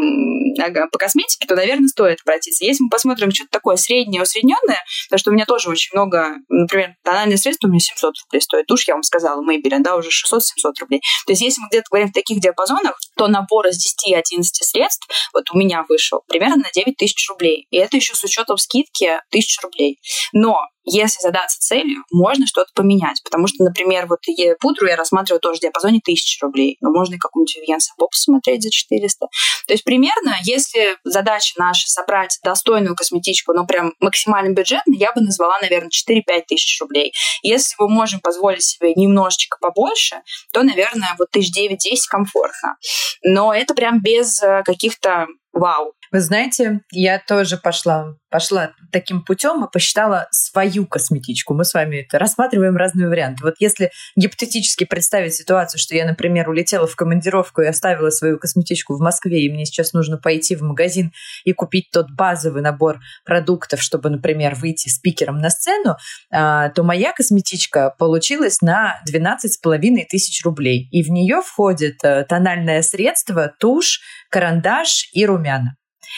по косметике, то, наверное, стоит обратиться. Если мы посмотрим что-то такое среднее, усредненное, потому что у меня тоже очень много, например, тональное средство у меня 700 рублей стоит, тушь, я вам сказала, Maybelline, да, уже 600-700 рублей. То есть если мы где-то говорим в таких диапазонах, то набор из 10-11 средств вот у меня вышел примерно на 9 тысяч рублей. И это еще с учетом скидки 1000 рублей. Но если задаться целью, можно что-то поменять. Потому что, например, вот пудру я рассматриваю тоже в диапазоне 1000 рублей. Но можно и какую-нибудь Vivienne Savoy посмотреть за 400. То есть примерно, если задача наша собрать достойную косметичку, но прям максимально бюджетно, я бы назвала, наверное, 4-5 тысяч рублей. Если мы можем позволить себе немножечко побольше, то, наверное, вот 9-10 комфортно. Но это прям без каких-то вау. Вы знаете, я тоже пошла таким путем и посчитала свою косметичку. Мы с вами это рассматриваем разные варианты. Вот если гипотетически представить ситуацию, что я, например, улетела в командировку и оставила свою косметичку в Москве, и мне сейчас нужно пойти в магазин и купить тот базовый набор продуктов, чтобы, например, выйти спикером на сцену, то моя косметичка получилась на 12,5 тысяч рублей. И в нее входит тональное средство, тушь, карандаш и румяна.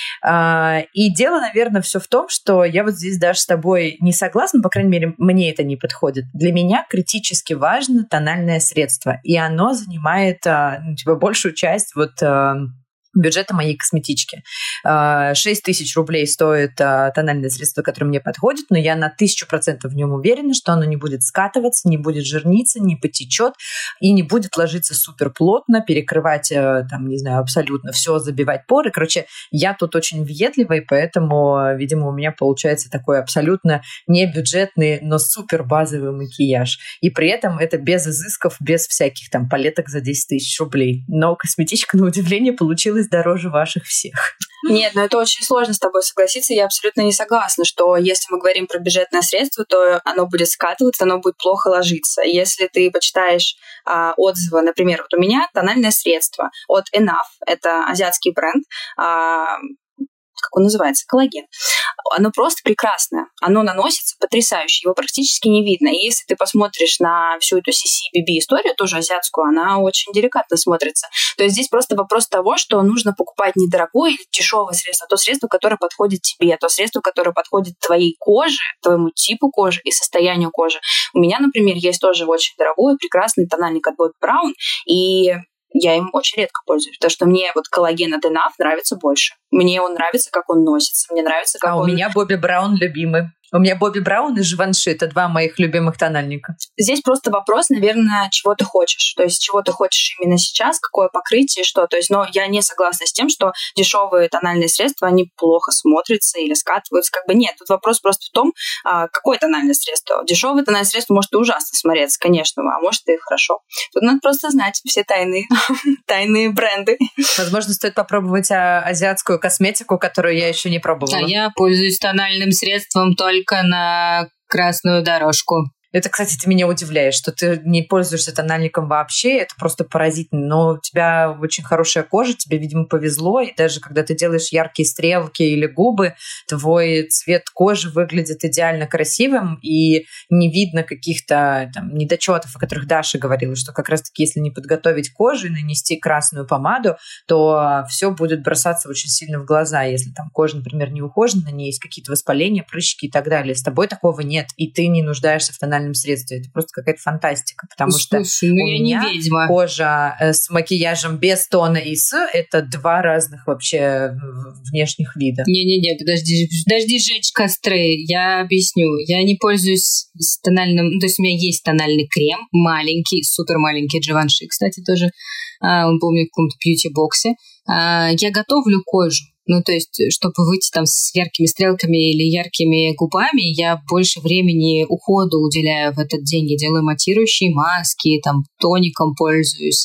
И дело, наверное, все в том, что я вот здесь даже с тобой не согласна, по крайней мере, мне это не подходит. Для меня критически важно тональное средство, и оно занимает большую часть бюджета моей косметички. 6 тысяч рублей стоит тональное средство, которое мне подходит, но я на 1000% в нем уверена, что оно не будет скатываться, не будет жирниться, не потечет и не будет ложиться супер плотно, перекрывать, там, не знаю, абсолютно все, забивать поры. Короче, я тут очень въедливая, и поэтому, видимо, у меня получается такой абсолютно не бюджетный, но супер базовый макияж. И при этом это без изысков, без всяких там палеток за 10 тысяч рублей. Но косметичка, на удивление, получилась дороже ваших всех. Нет, но это очень сложно с тобой согласиться. Я абсолютно не согласна, что если мы говорим про бюджетное средство, то оно будет скатываться, оно будет плохо ложиться. Если ты почитаешь отзывы, например, вот у меня тональное средство от Enough, это азиатский бренд, как он называется, коллаген. Оно просто прекрасное. Оно наносится потрясающе, его практически не видно. И если ты посмотришь на всю эту CC-BB историю, тоже азиатскую, она очень деликатно смотрится. То есть здесь просто вопрос того, что нужно покупать недорогое или дешевое средство, а то средство, которое подходит тебе, то средство, которое подходит твоей коже, твоему типу кожи и состоянию кожи. У меня, например, есть тоже очень дорогой, прекрасный тональник от Bobbi Brown, и я им очень редко пользуюсь, потому что мне вот коллаген от Enough нравится больше. Мне он нравится, как он носится, мне нравится, как он... у меня Bobbi Brown любимый. У меня Bobbi Brown и Givenchy — это два моих любимых тональника. Здесь просто вопрос, наверное, чего ты хочешь. То есть, чего ты хочешь именно сейчас, какое покрытие, что. То есть, но я не согласна с тем, что дешевые тональные средства, они плохо смотрятся или скатываются. Как бы нет. Тут вопрос просто в том, какое тональное средство. Дешевое тональное средство может и ужасно смотреться, конечно, а может и хорошо. Тут надо просто знать все тайные бренды. Возможно, стоит попробовать азиатскую косметику, которую я еще не пробовала. А я пользуюсь тональным средством только на красную дорожку. Это, кстати, ты меня удивляешь, что ты не пользуешься тональником вообще, это просто поразительно. Но у тебя очень хорошая кожа, тебе, видимо, повезло, и даже когда ты делаешь яркие стрелки или губы, твой цвет кожи выглядит идеально красивым, и не видно каких-то там недочетов, о которых Даша говорила, что как раз-таки если не подготовить кожу и нанести красную помаду, то все будет бросаться очень сильно в глаза. Если там кожа, например, не ухожена, на ней есть какие-то воспаления, прыщики и так далее. С тобой такого нет, и ты не нуждаешься в тональном средстве. Это просто какая-то фантастика, потому что у меня кожа с макияжем без тона и с — это два разных вообще внешних вида. Не-не-не, подожди жечь костры. Я объясню. Я не пользуюсь тональным... То есть у меня есть тональный крем, маленький, супер маленький, Givenchy, кстати, тоже. Он был у меня в каком-то бьюти-боксе. Я готовлю кожу. Ну, то есть, чтобы выйти там с яркими стрелками или яркими губами, я больше времени уходу уделяю в этот день. Я делаю матирующие маски, там, тоником пользуюсь.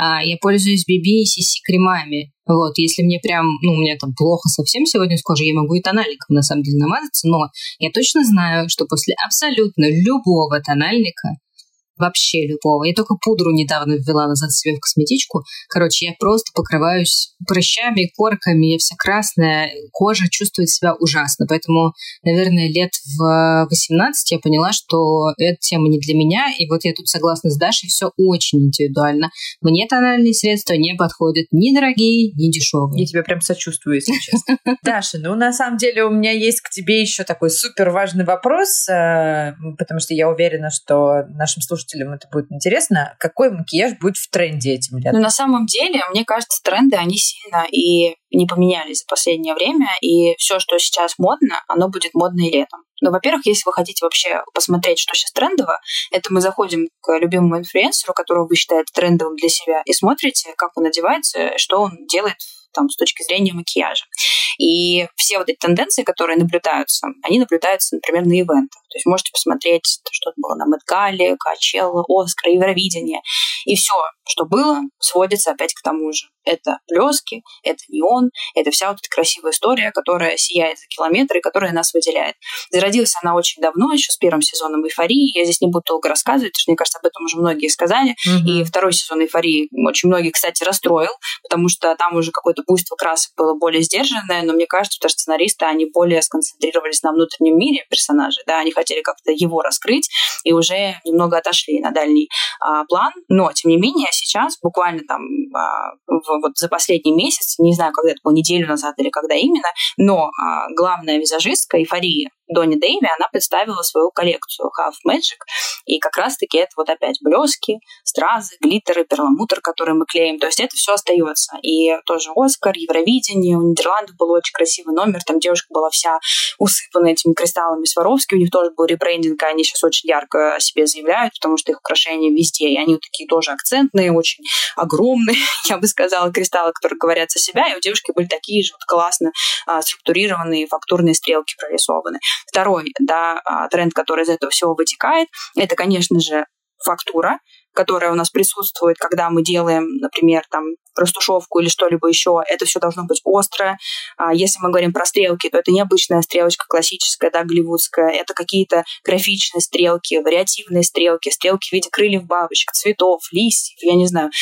Я пользуюсь BB и CC кремами. Вот, если мне прям, у меня там плохо совсем сегодня с кожей, я могу и тональником, на самом деле, намазаться, но я точно знаю, что после абсолютно любого тональника, вообще любого. Я только пудру недавно ввела назад себе в косметичку. Короче, я просто покрываюсь прыщами, корками, я вся красная, кожа чувствует себя ужасно. Поэтому, наверное, лет в 18 я поняла, что эта тема не для меня, и вот я тут согласна с Дашей, все очень индивидуально. Мне тональные средства не подходят ни дорогие, ни дешевые. Я тебя прям сочувствую, если честно. Даша, на самом деле у меня есть к тебе еще такой супер важный вопрос, потому что я уверена, что нашим слушателям это будет интересно. Какой макияж будет в тренде этим летом? На самом деле, мне кажется, тренды, они сильно и не поменялись за последнее время, и все, что сейчас модно, оно будет модно и летом. Но, во-первых, если вы хотите вообще посмотреть, что сейчас трендово, это мы заходим к любимому инфлюенсеру, которого вы считаете трендовым для себя, и смотрите, как он одевается, что он делает там, с точки зрения макияжа. И все вот эти тенденции, которые наблюдаются, они наблюдаются, например, на ивентах. То есть можете посмотреть, что было на Met-Гале, Coachella, Оскар, Евровидение. И все, что было, сводится опять к тому же. Это блески, это неон, это вся вот эта красивая история, которая сияет за километры, которая нас выделяет. Зародилась она очень давно, еще с первым сезоном «Эйфории». Я здесь не буду долго рассказывать, потому что, мне кажется, об этом уже многие сказали. И второй сезон «Эйфории» очень многие, кстати, расстроил, потому что там уже какое-то буйство красок было более сдержанное, но мне кажется, что сценаристы, они более сконцентрировались на внутреннем мире персонажей, да, они хотели как-то его раскрыть и уже немного отошли на дальний план. Но, тем не менее, сейчас, буквально там вот за последний месяц, не знаю, когда это было, неделю назад или когда именно, но главная визажистка «Эйфории», Донни Дэйви, она представила свою коллекцию Half Magic, и как раз-таки это вот опять блески, стразы, глиттеры, перламутр, которые мы клеим, то есть это все остается. И тоже Оскар, Евровидение, у Нидерландов был очень красивый номер, там девушка была вся усыпана этими кристаллами Сваровски, у них тоже был ребрендинг, и они сейчас очень ярко о себе заявляют, потому что их украшения везде, и они вот такие тоже акцентные, очень огромные, я бы сказала, кристаллы, которые говорят за себя, и у девушки были такие же вот классно структурированные фактурные стрелки прорисованы. Второй, тренд, который из этого всего вытекает, это, конечно же, фактура, которая у нас присутствует, когда мы делаем, например, там, растушевку или что-либо еще, это все должно быть острое. Если мы говорим про стрелки, то это необычная стрелочка классическая, голливудская, это какие-то графичные стрелки, вариативные стрелки, стрелки в виде крыльев бабочек, цветов, листьев, я не знаю,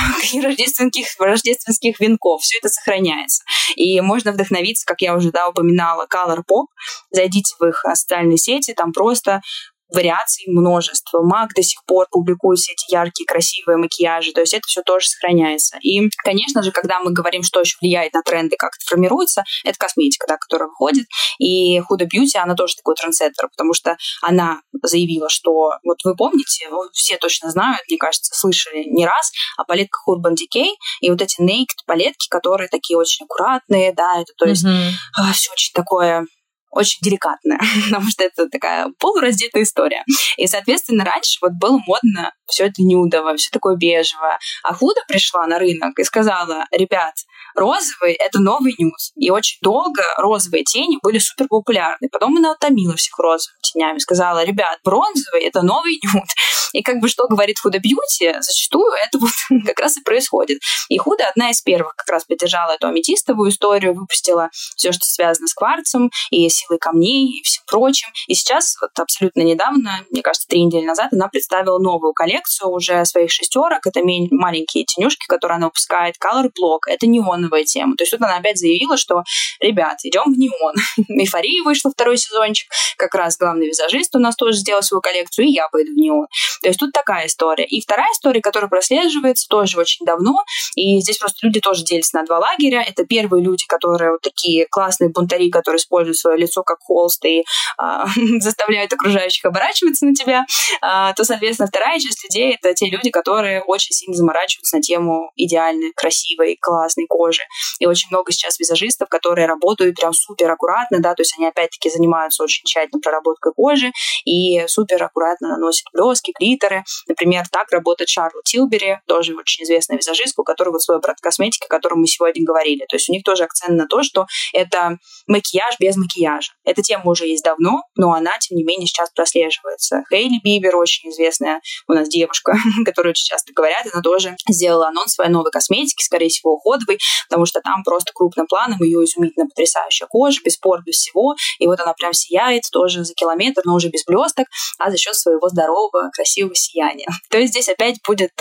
рождественских венков, все это сохраняется. И можно вдохновиться, как я уже упоминала, Colourpop, зайдите в их социальные сети, там просто вариаций множество. MAC до сих пор публикует все эти яркие, красивые макияжи, то есть это все тоже сохраняется. И, конечно же, когда мы говорим, что еще влияет на тренды, как это формируется, это косметика, которая выходит. И Huda Beauty, она тоже такой трендсеттер, потому что она заявила, что, вот вы помните, все точно знают, мне кажется, слышали не раз о палетках Urban Decay, и вот эти Naked палетки, которые такие очень аккуратные, это то есть все очень такое очень деликатная, потому что это такая полураздетая история. И, соответственно, раньше вот было модно все это нюдовое, все такое бежевое. А Huda пришла на рынок и сказала: ребят, розовый — это новый нюд. И очень долго розовые тени были супер популярны. Потом она утомила всех розовыми тенями, сказала: ребят, бронзовый — это новый нюд. И что говорит Huda Beauty, зачастую это вот как раз и происходит. И Huda одна из первых как раз поддержала эту аметистовую историю, выпустила все, что связано с кварцем и силой камней и всем прочим. И сейчас, вот абсолютно недавно, мне кажется, 3 недели назад, она представила новую коллекцию уже своих шестерок. Это маленькие тенюшки, которые она выпускает. Color Block. Это неоновая тема. То есть тут она опять заявила, что, ребят, идем в неон. Эйфория вышла 2-й сезончик. Как раз главный визажист у нас тоже сделал свою коллекцию, и я пойду в неон. То есть тут такая история. И вторая история, которая прослеживается тоже очень давно, и здесь просто люди тоже делятся на 2 лагеря. Это первые люди, которые вот такие классные бунтари, которые используют свое лицо как холст и заставляют окружающих оборачиваться на тебя, то, соответственно, вторая часть людей — это те люди, которые очень сильно заморачиваются на тему идеальной, красивой, классной кожи. И очень много сейчас визажистов, которые работают прям супер аккуратно, то есть они опять-таки занимаются очень тщательно проработкой кожи и супер аккуратно наносят блески, глиттеры. Например, так работает Шарлотт Тилбери, тоже очень известная визажистка, у которой вот свой бренд косметики, о котором мы сегодня говорили. То есть у них тоже акцент на то, что это макияж без макияжа. Эта тема уже есть давно, но она, тем не менее, сейчас прослеживается. Хейли Бибер, очень известная у нас девушка, которую очень часто говорят, она тоже сделала анонс своей новой косметики, скорее всего, уходовой, потому что там просто крупным планом ее изумительно потрясающая кожа, без пор, без всего, и вот она прям сияет тоже за километр, но уже без блесток, а за счет своего здорового, красивого сияния. То есть здесь опять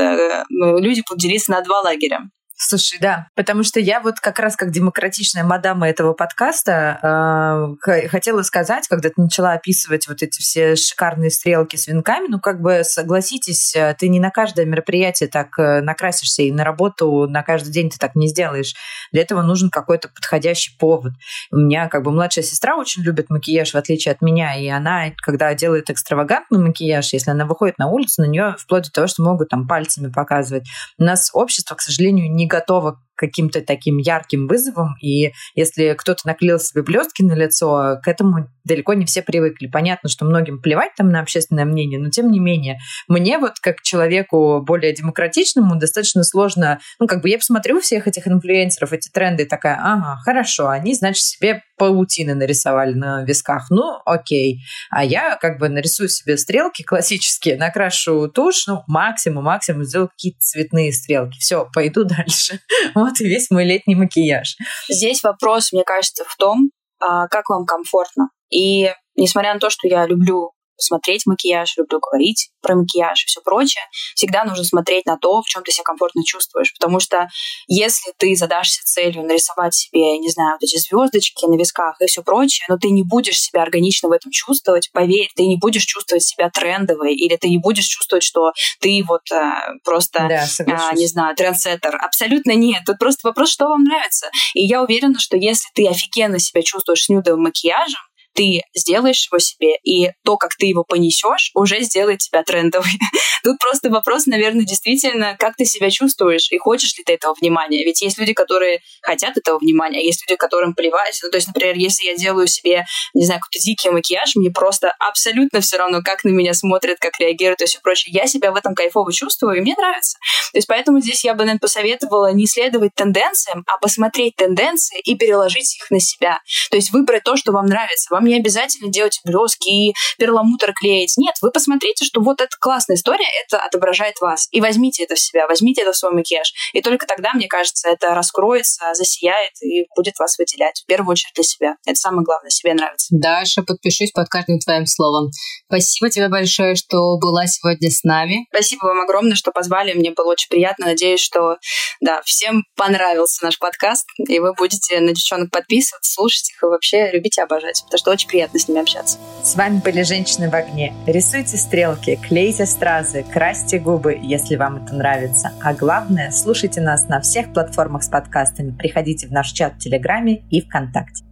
люди будут делиться на 2 лагеря. Слушай, да, потому что я вот как раз как демократичная мадама этого подкаста хотела сказать, когда ты начала описывать вот эти все шикарные стрелки с венками, согласитесь, ты не на каждое мероприятие так накрасишься, и на работу на каждый день ты так не сделаешь. Для этого нужен какой-то подходящий повод. У меня младшая сестра очень любит макияж, в отличие от меня, и она, когда делает экстравагантный макияж, если она выходит на улицу, на нее вплоть до того, что могут там пальцами показывать. У нас общество, к сожалению, не готова к каким-то таким ярким вызовам, и если кто-то наклеил себе блестки на лицо, к этому далеко не все привыкли. Понятно, что многим плевать там на общественное мнение, но тем не менее, мне вот как человеку более демократичному достаточно сложно, я посмотрю всех этих инфлюенсеров, эти тренды, такая, ага, хорошо, они, значит, себе паутины нарисовали на висках, окей. А я нарисую себе стрелки классические, накрашу тушь, максимум сделаю какие-то цветные стрелки. Все, пойду дальше. Вот и весь мой летний макияж. Здесь вопрос, мне кажется, в том, как вам комфортно. И несмотря на то, что я люблю смотреть макияж, люблю говорить про макияж и все прочее, всегда нужно смотреть на то, в чем ты себя комфортно чувствуешь. Потому что если ты задашься целью нарисовать себе, не знаю, вот эти звездочки на висках и все прочее, но ты не будешь себя органично в этом чувствовать, поверь, ты не будешь чувствовать себя трендовой, или ты не будешь чувствовать, что ты просто, не знаю, трендсеттер. Абсолютно нет. Тут просто вопрос, что вам нравится. И я уверена, что если ты офигенно себя чувствуешь с нюдовым макияжем, ты сделаешь его себе, и то, как ты его понесешь, уже сделает тебя трендовой. Тут просто вопрос, наверное, действительно, как ты себя чувствуешь и хочешь ли ты этого внимания. Ведь есть люди, которые хотят этого внимания, а есть люди, которым плевать. Ну, то есть, например, если я делаю себе, не знаю, какой-то дикий макияж, мне просто абсолютно все равно, как на меня смотрят, как реагируют и все прочее. Я себя в этом кайфово чувствую, и мне нравится. То есть, поэтому здесь я бы, наверное, посоветовала не следовать тенденциям, а посмотреть тенденции и переложить их на себя. То есть выбрать то, что вам нравится. Вам не обязательно делать блески и перламутр клеить. Нет, вы посмотрите, что вот эта классная история, это отображает вас. И возьмите это в себя, возьмите это в свой макияж. И только тогда, мне кажется, это раскроется, засияет и будет вас выделять. В первую очередь для себя. Это самое главное, себе нравится. Даша, подпишусь под каждым твоим словом. Спасибо тебе большое, что была сегодня с нами. Спасибо вам огромное, что позвали. Мне было очень приятно. Надеюсь, что да, всем понравился наш подкаст, и вы будете на девчонок подписываться, слушать их и вообще любить и обожать, потому что очень приятно с ними общаться. С вами были «Женщины в огне». Рисуйте стрелки, клейте стразы, красьте губы, если вам это нравится. А главное, слушайте нас на всех платформах с подкастами, приходите в наш чат в Телеграме и ВКонтакте.